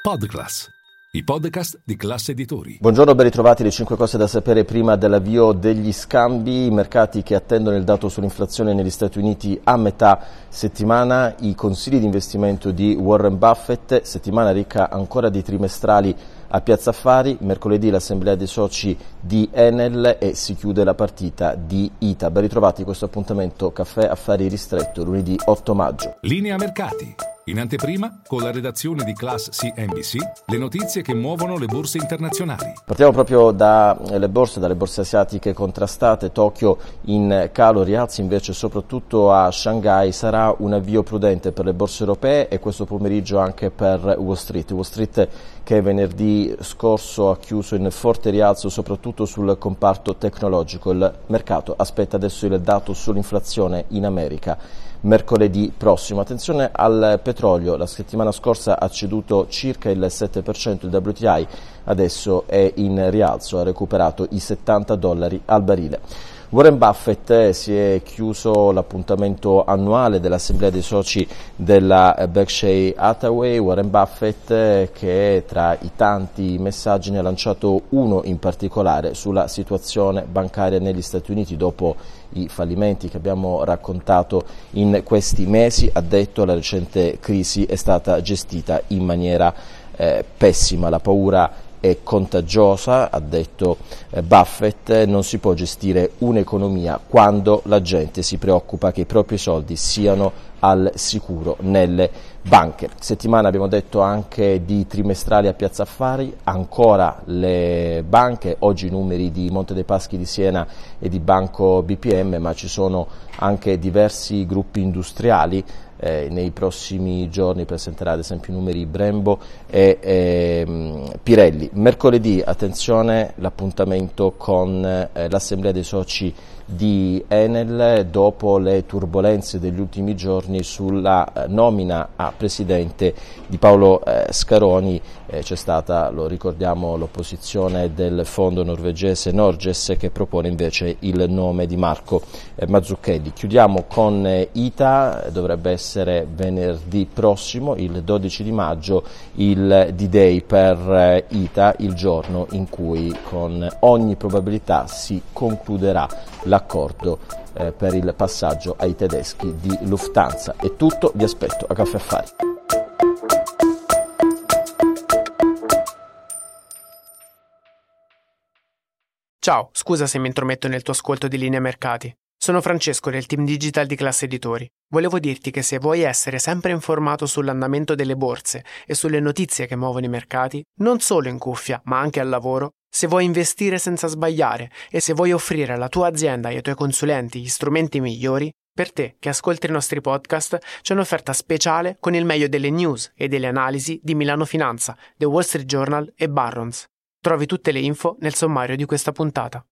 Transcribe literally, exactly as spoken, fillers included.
Podclass, i podcast di Class Editori. Buongiorno, ben ritrovati. Le cinque cose da sapere prima dell'avvio degli scambi. I mercati che attendono il dato sull'inflazione negli Stati Uniti a metà settimana. I consigli di investimento di Warren Buffett. Settimana ricca ancora di trimestrali a Piazza Affari. Mercoledì l'assemblea dei soci di Enel e si chiude la partita di I T A. Ben ritrovati, questo appuntamento Caffè Affari Ristretto, lunedì otto maggio. Linea mercati. In anteprima, con la redazione di Class C N B C, le notizie che muovono le borse internazionali. Partiamo proprio dalle borse, dalle borse asiatiche contrastate. Tokyo in calo, rialzi invece soprattutto a Shanghai. Sarà un avvio prudente per le borse europee e questo pomeriggio anche per Wall Street. Wall Street che venerdì scorso ha chiuso in forte rialzo soprattutto sul comparto tecnologico. Il mercato aspetta adesso il dato sull'inflazione in America mercoledì prossimo. Attenzione al petrolio, la settimana scorsa ha ceduto circa il sette per cento, il W T I adesso è in rialzo, ha recuperato i settanta dollari al barile. Warren Buffett si è chiuso l'appuntamento annuale dell'assemblea dei soci della Berkshire Hathaway. Warren Buffett che tra i tanti messaggi ne ha lanciato uno in particolare sulla situazione bancaria negli Stati Uniti dopo i fallimenti che abbiamo raccontato in questi mesi. Ha detto che la recente crisi è stata gestita in maniera eh, pessima, la paura è contagiosa, ha detto eh, Buffett. Non si può gestire un'economia quando la gente si preoccupa che i propri soldi siano al sicuro nelle banche. Settimana abbiamo detto anche di trimestrali a Piazza Affari, ancora le banche, oggi i numeri di Monte dei Paschi di Siena e di Banco B P M, ma ci sono anche diversi gruppi industriali. Eh, nei prossimi giorni presenterà ad esempio i numeri Brembo e eh, Pirelli. Mercoledì, attenzione, l'appuntamento con eh, l'assemblea dei soci di Enel dopo le turbolenze degli ultimi giorni sulla eh, nomina a presidente di Paolo eh, Scaroni. Eh, c'è stata, lo ricordiamo, l'opposizione del fondo norvegese Norges che propone invece il nome di Marco eh, Mazzucchelli. Chiudiamo con eh, I T A, dovrebbe essere venerdì prossimo, il dodici di maggio, il D-Day per eh, I T A, il giorno in cui con ogni probabilità si concluderà l'accordo eh, per il passaggio ai tedeschi di Lufthansa. È tutto, vi aspetto a Caffè Affari. Ciao, scusa se mi intrometto nel tuo ascolto di Linea Mercati. Sono Francesco del team digital di Class Editori. Volevo dirti che se vuoi essere sempre informato sull'andamento delle borse e sulle notizie che muovono i mercati, non solo in cuffia, ma anche al lavoro, se vuoi investire senza sbagliare e se vuoi offrire alla tua azienda e ai tuoi consulenti gli strumenti migliori, per te che ascolti i nostri podcast c'è un'offerta speciale con il meglio delle news e delle analisi di Milano Finanza, The Wall Street Journal e Barron's. Trovi tutte le info nel sommario di questa puntata.